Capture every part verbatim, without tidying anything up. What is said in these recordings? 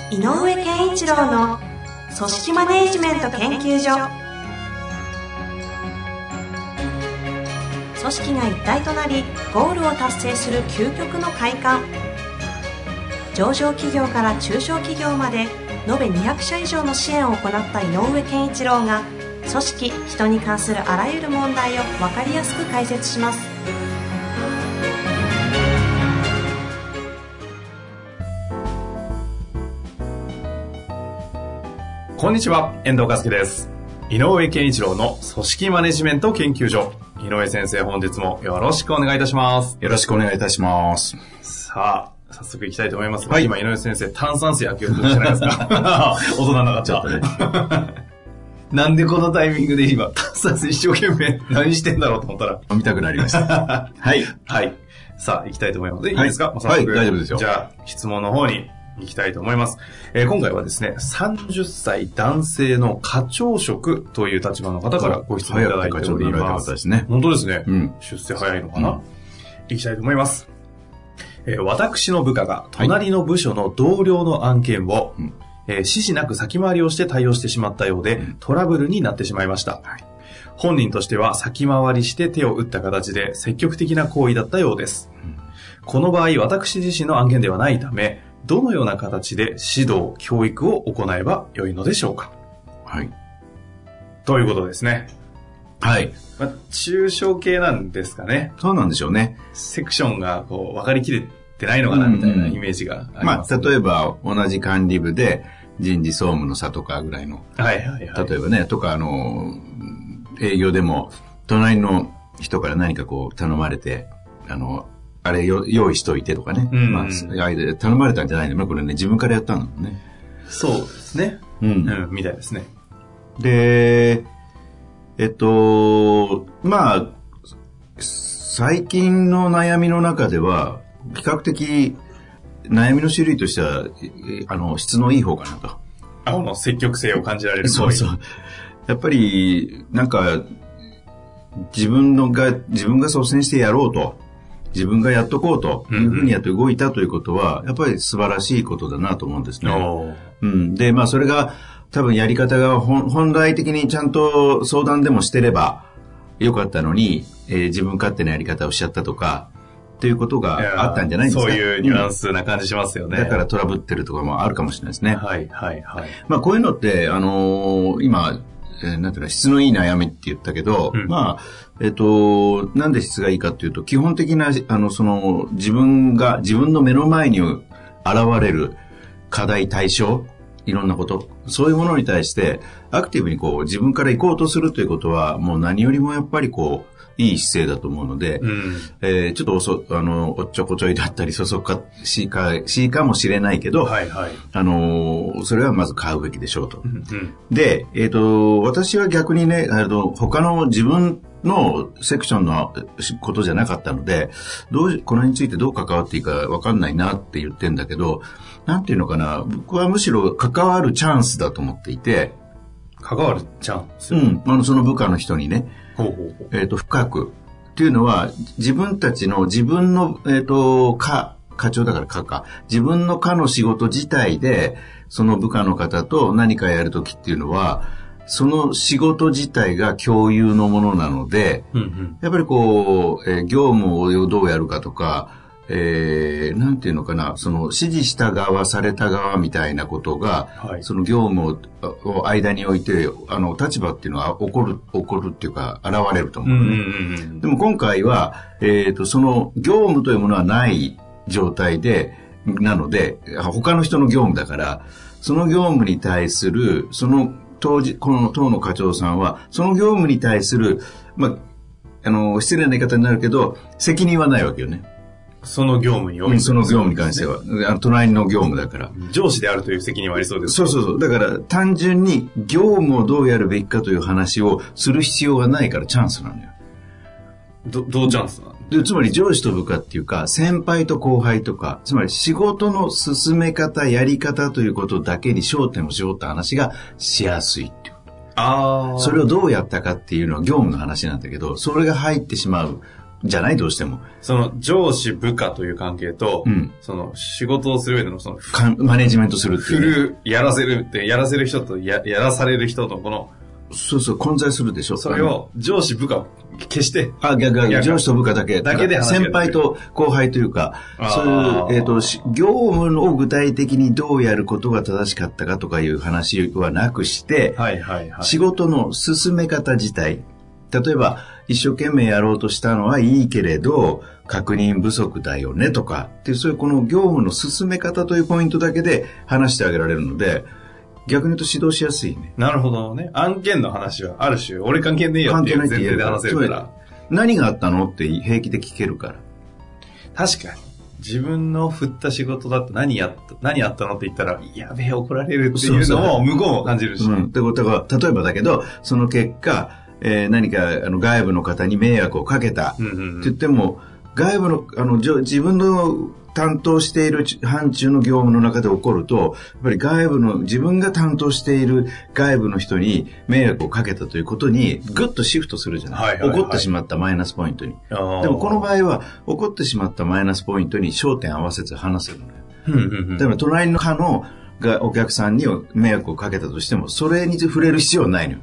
井上健一郎の組織マネジメント研究所。組織が一体となりゴールを達成する究極の快感。上場企業から中小企業まで延べにひゃくしゃ以上の支援を行った井上健一郎が、組織・人に関するあらゆる問題を分かりやすく解説します。 こんにちは、遠藤和樹です。井上健一郎の組織マネジメント研究所。井上先生、本日もよろしくお願いいたします。 よろしくお願いいたします。 さあ、早速いきたいと思いますが、 はい、 今井上先生、炭酸水開けようとしてないですか？大人なかった。 ちょっとね。 なんでこのタイミングで今、炭酸水一生懸命何してんだろうと思ったら。 飲みたくなりました。はい。 はい。さあ、行きたいと思います。いいですか？ はい、はい、大丈夫ですよ。 じゃあ、質問の方に行きたいと思います。えー、今回はですね、さんじゅっさい男性の課長職という立場の方からご質問いただいております。 ですね、 本当ですね。 うん、 出世早いのかな、うん、行きたいと思います。えー、私の部下が隣の部署の同僚の案件を、はい、えー、指示なく先回りをして対応してしまったようで、うん、トラブルになってしまいました。はい、本人としては先回りして手を打った形で積極的な行為だったようです。うん、この場合、私自身の案件ではないため、どのような形で指導、教育を行えば良いのでしょうか？ はい。 ということですね。 はい。 まあ、中小系なんですかね。 そうなんでしょうね。 セクションがこう分かりきれてないのかなみたいなイメージがあります、ね。 まあ、例えば同じ管理部で人事総務の差とかぐらいの。 はいはいはい。 例えばね、とかあの、営業でも隣の人から何かこう頼まれて、あの、あれよ用意しといてとかね。うんうん、まあ、頼まれたんじゃないのね。これね、自分からやったんだもんね。 そうですね。 うん。 うん、みたいですね。 で、えっと、まあ、最近の悩みの中では、比較的、悩みの種類としては、あの、質のいい方かなと。 あの、積極性を感じられる。 そうそう。やっぱり、なんか、自分のが、自分が率先してやろうと。自分がやっとこうというふうにやって動いたということは、やっぱり素晴らしいことだなと思うんですね。うん、で、まあそれが多分やり方が本、本来的にちゃんと相談でもしてればよかったのに、えー、自分勝手なやり方をしちゃったとか、ということがあったんじゃないですか。 そういうニュアンスな感じしますよね。 だからトラブってるとかもあるかもしれないですね。 はいはいはい。 まあこういうのって、あのー、今、えー、なんていうか質のいい悩みって言ったけど、うん、まあ、えっと、なんで質がいいかっていうと、基本的な、あの、その、自分が、自分の目の前に現れる課題対象、いろんなこと、そういうものに対して、アクティブにこう、自分から行こうとするということは、もう何よりもやっぱりこう、いい姿勢だと思うので、うん、えー、ちょっとおそ、あの、おっちょこちょいだったり、そそかしいか、しいかもしれないけど、 はいはい、 あの、それはまず買うべきでしょうと。 うんうん、 で、えっと、私は逆にね、あの、他の自分のセクションのことじゃなかったので、どう、これについてどう関わっていいかわかんないなって言ってんだけど、なんていうのかな、僕はむしろ関わるチャンスだと思っていて、 関わるチャンス？ うん、あの、その部下の人にね、 ほうほうほう、 えっと、深く。っていうのは、自分たちの、自分の、えっと、課、課長だから課か。自分の課の仕事自体で、その部下の方と何かやるときっていうのは、その仕事自体が共有のものなので、 うんうん、 やっぱりこう、えー、業務をどうやるかとか、えー、なんていうのかな、その指示した側、された側みたいなことが、はい、その業務を間に置いて、あの、立場っていうのは起こる、起こるっていうか、現れると思うね。 うんうんうん、 でも今回は、えっと、その業務というものはない状態で、なので、他の人の業務だから、その業務に対する、その当時、この当の課長さんは、その業務に対する、まあ、あの、失礼な言い方になるけど、責任はないわけよね。 その業務において、 うん、その業務に関しては、あの隣の業務だから。 上司であるという責任はありそうです。 そうそうそう。だから単純に業務をどうやるべきかという話をする必要がないからチャンスなのよ。 ど、どうチャンスなの？ で、つまり上司と部下っていうか、先輩と後輩とか、つまり仕事の進め方、やり方ということだけに焦点を絞った話がしやすいっていうこと。 ああ。 それをどうやったかっていうのは業務の話なんだけど、それが入ってしまう。 じゃないどうしても。 その上司部下という関係と、うん、その仕事をする上でのその、 マネジメントするっていう、ね。 振る、やらせるって、やらせる人とや、やらされる人とこの、 そうそう、混在するでしょ。 それを上司部下を消して。 あ、逆逆、上司と部下だけ。 だけで話先輩と後輩というか、そういう、えっ、ー、と、業務を具体的にどうやることが正しかったかとかいう話はなくして、 はいはいはい、 仕事の進め方自体。例えば、一生懸命やろうとしたのはいいけれど、確認不足だよねとか、っていうそういうこの業務の進め方というポイントだけで話してあげられるので、逆に言うと指導しやすいね。 なるほどね。案件の話はある種、俺関係ねえよっていう前提で話せるから。 何があったのって平気で聞けるから。 確かに。自分の振った仕事だと何やった、何やったのって言ったら、やべえ怒られるっていうのを向こうも感じるし。 そうそう、うん。ってことが、例えばだけど、その結果、えー、何かあの外部の方に迷惑をかけたって言っても、外部の、あの、自分の担当している範疇の業務の中で起こると、やっぱり外部の、自分が担当している外部の人に迷惑をかけたということに、ぐっとシフトするじゃない、はいはいはい、起こってしまったマイナスポイントに。でもこの場合は、起こってしまったマイナスポイントに焦点合わせず話せるのよ。うんうんうん、例えば隣の課のがお客さんに迷惑をかけたとしても、それに触れる必要はないのよ。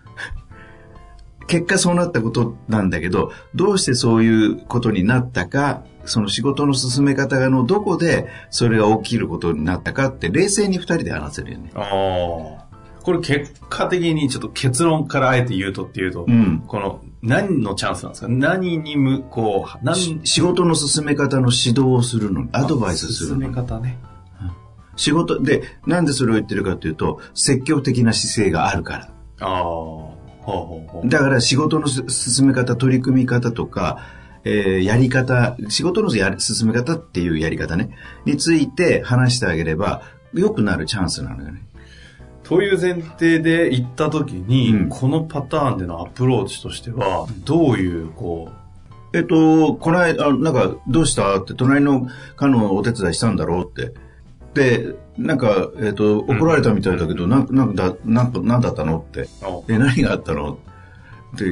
結果そうなったことなんだけど、どうしてそういうことになったか、その仕事の進め方がのどこでそれが起きることになったかって冷静に二人で話せるよね。 ああ。これ結果的にちょっと結論からあえて言うとっていうと、うん、この何のチャンスなんですか？何に向こう、何仕事の進め方の指導をするのに、アドバイスするのに。 進め方ね。 仕事で、なんでそれを言ってるかというと、積極的な姿勢があるから。 ああ。 だから仕事の進め方、取り組み方とか、えー、やり方、仕事のや進め方っていうやり方ね、について話してあげれば良くなるチャンスなのよね。 という前提で行った時に、うん、このパターンでのアプローチとしては、どういう、こう、えっと、この間、なんか、どうしたって、隣の課のお手伝いしたんだろうって。で、なんか、えっと、怒られたみたいだけど、うん、なんか、なんだ、なんか、なんだったのって。え、何があったのって、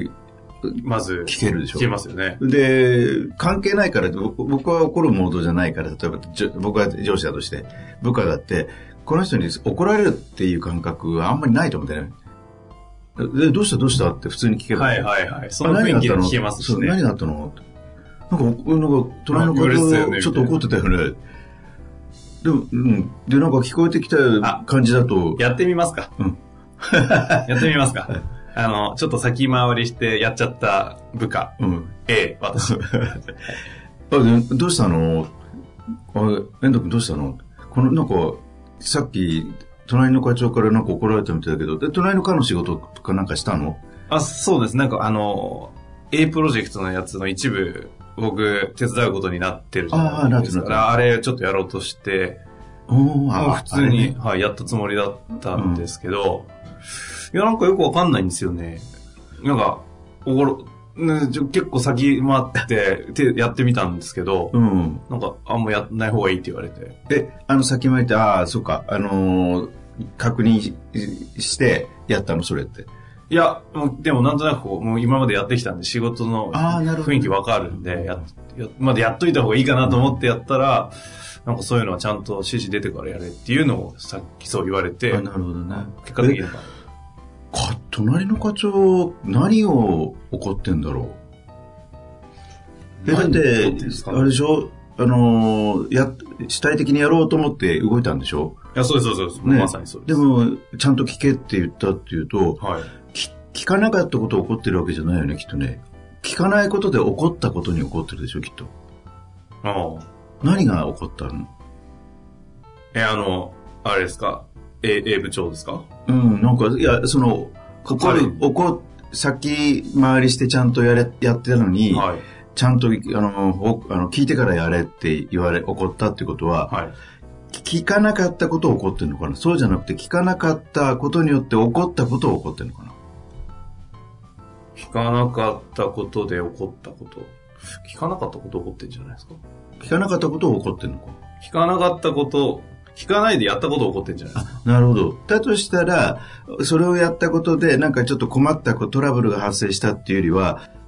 まず、 聞けるでしょ。 聞けますよね。 で、関係ないから、僕は怒るモードじゃないから、例えば、僕は上司だとして、部下だって、この人に怒られるっていう感覚はあんまりないと思うんだよね。で、どうしたどうしたって普通に聞ける。 はいはいはい。その雰囲気で聞けますしね。 何があったのなんか、なんか、隣の方、ちょっと怒ってたよね。でも、うん。で、なんか聞こえてきた感じだと。 やってみますか。 うん。 やってみますか。あの、ちょっと先回りしてやっちゃった部下。 うん。 A、私。あ、 どうしたのあ、遠藤君どうしたのこの、なんか、さっき、隣の課長からなんか怒られたみたいだけど、で、隣の課の仕事とかなんかしたの？ あ、そうです。なんかあの、A プロジェクトのやつの一部、僕、手伝うことになってるじゃないですか。ああ、なってる。あれ、ちょっとやろうとして、 おあ普通に、ね、はい、やったつもりだったんですけど、うん、いや、なんかよくわかんないんですよね。なんか、おごろ、ね、結構先回って手やってみたんですけど、 うん、 なんかあんまやんない方がいいって言われて。 え、あの先回って、ああ、そうか、あのー、確認 し, してやったのそれって。 いや、もうでもなんとなくこう、もう今までやってきたんで仕事の雰囲気わかるんで、ややまだやっといた方がいいかなと思ってやったら、なんかそういうのはちゃんと指示出てからやれっていうのをさっきそう言われて、 あ、なるほどね。 結果的にか。 か隣の課長何を怒ってんだろう。えだってあれでしょ、あのー、や主体的にやろうと思って動いたんでしょ。 いやそうですそうです、ね、まさにそうです。 でもちゃんと聞けって言ったっていうと、 はい、 聞, 聞かなかったことを怒ってるわけじゃないよねきっとね。聞かないことで怒ったことに怒ってるでしょきっと。 ああ。 何が起こったの？ えあのあれですか。A, A 部長ですか？ うん、なんか、いや、その、怒る、怒、先回りしてちゃんとやれ、やってたのに、 はい、 ちゃんと、あの、あの、聞いてからやれって言われ、怒ったってことは、 はい、 聞かなかったことを怒ってるのかな？そうじゃなくて、聞かなかったことによって怒ったことを怒ってるのかな？ 聞かなかったことで怒ったこと。聞かなかったことを怒ってるんじゃないですか？ 聞かなかったことを怒ってるのか？ 聞かなかったことを、聞かないでやったことを起こってるんじゃないですか。 なるほど。だとしたら、それをやったことで、なんかちょっと困ったトラブルが発生したっていうよりは、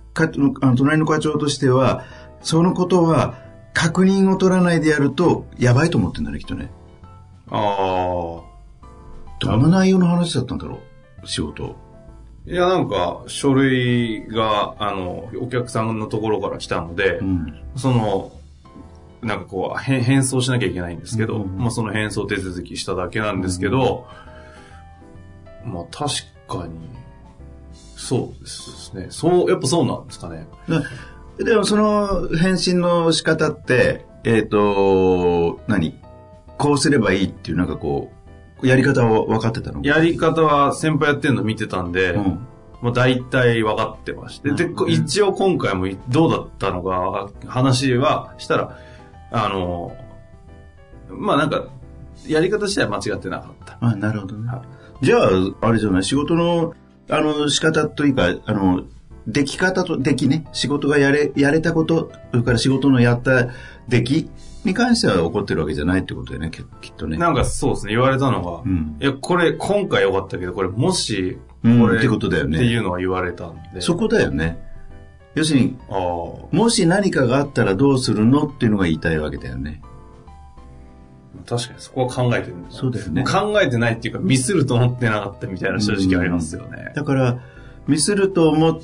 かあの隣の課長としては、そのことは確認を取らないでやるとやばいと思ってんだね、きっとね。 ああ。 どんな内容の話だったんだろう、仕事。 いや、なんか、書類が、あの、お客さんのところから来たので、うん、その、なんかこう、返送しなきゃいけないんですけど、うんうん、まあその返送手続きしただけなんですけど、うん、まあ確かに、そうですね。そう、やっぱそうなんですかね。 でもその返信の仕方って、えっと、何こうすればいいっていうなんかこう、やり方は分かってたの？ やり方は先輩やってるの見てたんで、うん、もう大体分かってまして。で、うん、一応今回もどうだったのか話はしたら、あの、まあなんか、やり方自体は間違ってなかった。 あ、なるほどね。はい、じゃあ、あれじゃない、仕事の、あの、仕方というか、あの、出来方と、出来ね、仕事がやれ、やれたこと、それから仕事のやった出来に関しては起こってるわけじゃないってことだよね、きっとね。 なんかそうですね、言われたのが、うん、いや、これ、今回良かったけど、これ、もし、これ、 うん、ってことだよね。 っていうのは言われたんで。 そこだよね。要するに、あ、もし何かがあったらどうするのっていうのが言いたいわけだよね。 確かにそこは考えてるんだ。 そうだよね。 考えてないっていうか、ミスると思ってなかったみたいな正直ありますよね。 うん、だから、ミスると思って、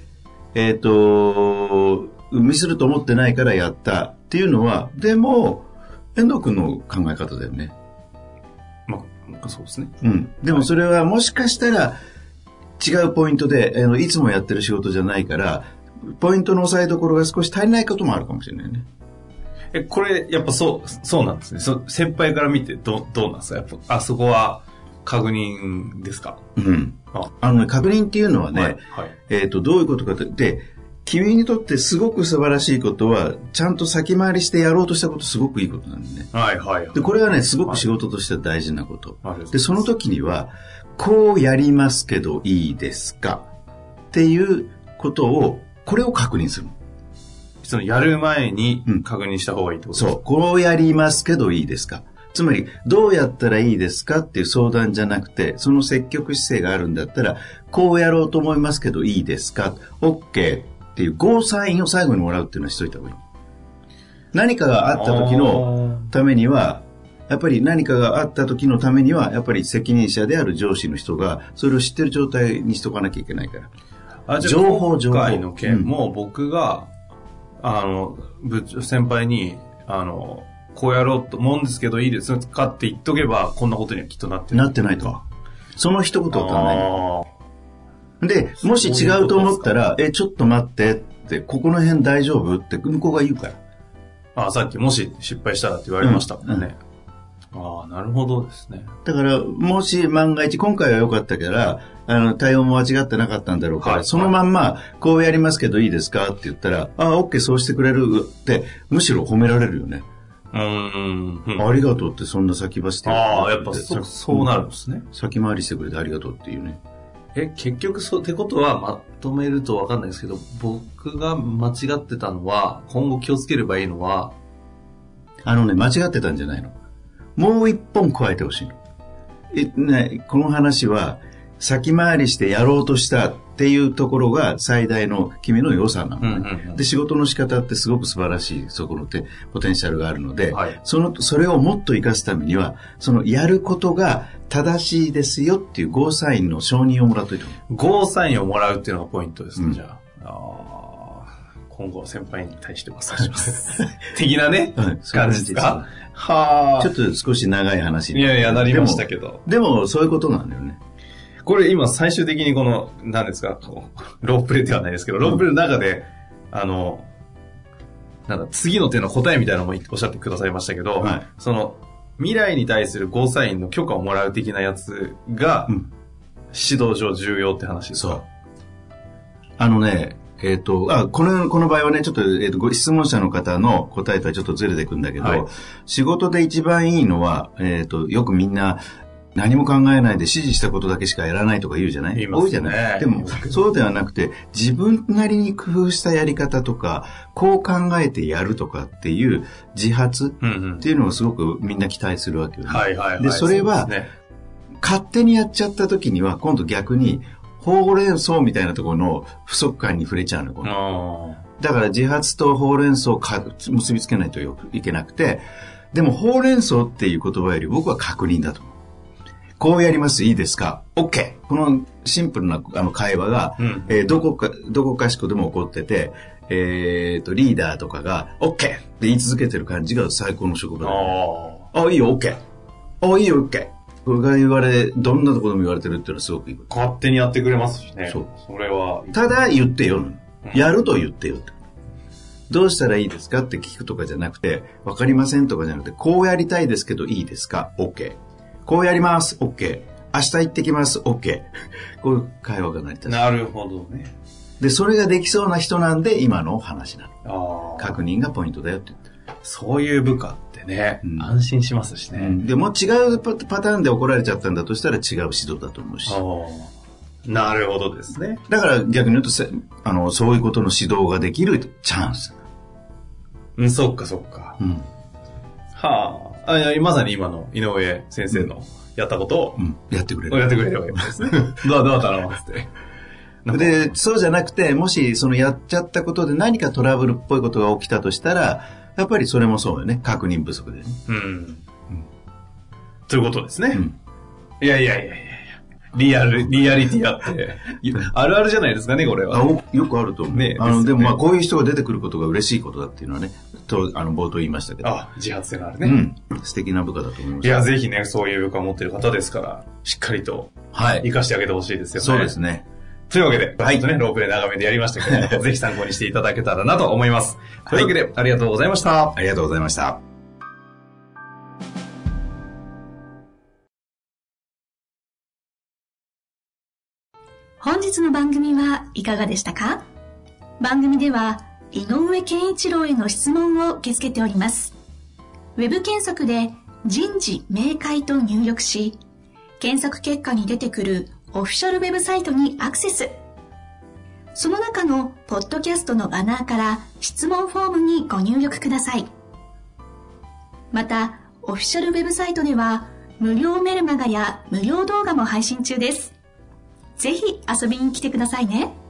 えっと、ミスると思ってないからやったっていうのは、でも、遠藤君の考え方だよね。 まあ、そうですね。 うん。でもそれはもしかしたら違うポイントで、あのいつもやってる仕事じゃないから、ポイントの押さえどころが少し足りないこともあるかもしれないね。 え、これ、やっぱそう、そうなんですね。そ先輩から見てど、どうなんですか？やっぱ、あそこは確認ですか？ うん。あ, あのね、確認っていうのはね、はいはい、えっと、どういうことかって、で、君にとってすごく素晴らしいことは、ちゃんと先回りしてやろうとしたことすごくいいことなんでね。 はいはい、はい。 で、これはね、すごく仕事としては大事なこと。はい、で、その時には、こうやりますけどいいですかっていうことを、これを確認する。 そのやる前に確認した方がいいってことですか？ そう。こうやりますけどいいですか。つまり、どうやったらいいですかっていう相談じゃなくて、その積極姿勢があるんだったら、こうやろうと思いますけどいいですか？ OK っていうゴーサインを最後にもらうっていうのはしといた方がいい。何かがあった時のためには、やっぱり何かがあった時のためには、やっぱり責任者である上司の人が、それを知ってる状態にしとかなきゃいけないから。 あ、じゃあ情報、情報。今回の件も僕が、うん、あの、部長、先輩に、あの、こうやろうと思うんですけどいいですかって言っとけば、こんなことにはきっとなってない。なってないと。その一言を足らない。で、もし違うと思ったら、え、ちょっと待ってって、ここの辺大丈夫って向こうが言うから。 あ、さっきもし失敗したらって言われましたもんね。うんうん、ああ、なるほどですね。 だから、もし万が一、今回は良かったから、あの、対応も間違ってなかったんだろうから、はい、そのまんま、こうやりますけどいいですかって言ったら、ああ、OK、そうしてくれるって、むしろ褒められるよね。 うん、うん、 ありがとうってそんな先走ってああ、やっぱそ、そうなるんですね。 先回りしてくれてありがとうっていうね。 え、結局そう、ってことはまとめるとわかんないですけど、僕が間違ってたのは、今後気をつければいいのは、 あのね、間違ってたんじゃないの。もう一本加えてほしいの。え、ね、この話は、先回りしてやろうとしたっていうところが最大の君の良さなのね、うんうんうん。で、仕事の仕方ってすごく素晴らしい、そこのてポテンシャルがあるので、はい、その、それをもっと活かすためには、そのやることが正しいですよっていうゴーサインの承認をもらっといてほしい。 ゴーサインをもらうっていうのがポイントですね、うん、じゃあ。あ今後は先輩に対してマッサージします。的なね、うん、感じですか。 はあ。ちょっと少し長い話に。いやいや、なりましたけど。 でも、でもそういうことなんだよね。 これ今最終的にこの、何ですか、ロープレイではないですけど、ロープレイの中で、うん、あの、なんだ、次の手の答えみたいなのもおっしゃってくださいましたけど、はい、その、未来に対するゴーサインの許可をもらう的なやつが、うん、指導上重要って話ですか？ そう。あのね、えっ、ー、と、あ、この、この場合はね、ちょっと、えっ、ー、と、ご質問者の方の答えとはちょっとずれてくんだけど、はい、仕事で一番いいのは、えっ、ー、と、よくみんな、何も考えないで指示したことだけしかやらないとか言うじゃない？ 言いますね。 多いじゃない？でも、そうではなくて、自分なりに工夫したやり方とか、こう考えてやるとかっていう自発っていうのをすごくみんな期待するわけよね。 はいはいはい。 で、それは、ね、勝手にやっちゃった時には、今度逆に、 ほうれん草みたいなところの不足感に触れちゃうのこのだから自発とほうれん草を結びつけないといけなくて、でもほうれん草っていう言葉より僕は確認だと思う。こうやりますいいですか ?OK。このシンプルなあの会話が、うんえー、どこか、どこかしこでも起こってて、えっと、リーダーとかが OK って言い続けてる感じが最高の職場だ、ね。ああ、いいよ OK。ああ、いいよ OK。これが言われ、どんなところでも言われてるっていうのはすごくいい。 勝手にやってくれますしね。そう。それは。 ただ言ってよ、うん。やると言ってよって。どうしたらいいですかって聞くとかじゃなくて、わかりませんとかじゃなくて、こうやりたいですけどいいですか ?OK。こうやります OK。明日行ってきます OK。こういう会話が成り立つ。 なるほどね。 で、それができそうな人なんで、今の話なの。あ確認がポイントだよって言ってる。 そういう部下ってね、うん、安心しますしね。うん、 でも違うパターンで怒られちゃったんだとしたら違う指導だと思うし。 なるほどですね。 だから逆に言うと、あの、そういうことの指導ができるチャンス。 うん、そっかそっか。うん、はあ。あいやまさに今の井上先生のやったことを、うん、 やってくれる。 やってくれるわけですね。どうどう頼ますって。 で、そうじゃなくて、もしそのやっちゃったことで何かトラブルっぽいことが起きたとしたら、やっぱりそれもそうよね。確認不足でね。うん。うん、 ということですね。うん、いやいやいやいや。リアル、リアリティあって、あるあるじゃないですかね、これは。 あよくあると思う。ね、あの、でもまあ、こういう人が出てくることが嬉しいことだっていうのはね、と、あの、冒頭言いましたけど。 あ、自発性のあるね。 うん。素敵な部下だと思います。 いや、ぜひね、そういう部下を持っている方ですから、しっかりと、はい。活かしてあげてほしいですよね。 そうですね。 というわけで、はい。ちょっとね、ロープレイ長めでやりましたけど、ぜひ参考にしていただけたらなと思います。はい。というわけで、ありがとうございました。 ありがとうございました。 本日の番組はいかがでしたか？番組では井上健一郎への質問を受け付けております。ウェブ検索で人事明快と入力し、検索結果に出てくるオフィシャルウェブサイトにアクセス。その中のポッドキャストのバナーから質問フォームにご入力ください。また、オフィシャルウェブサイトでは無料メルマガや無料動画も配信中です。ぜひ遊びに来てくださいね。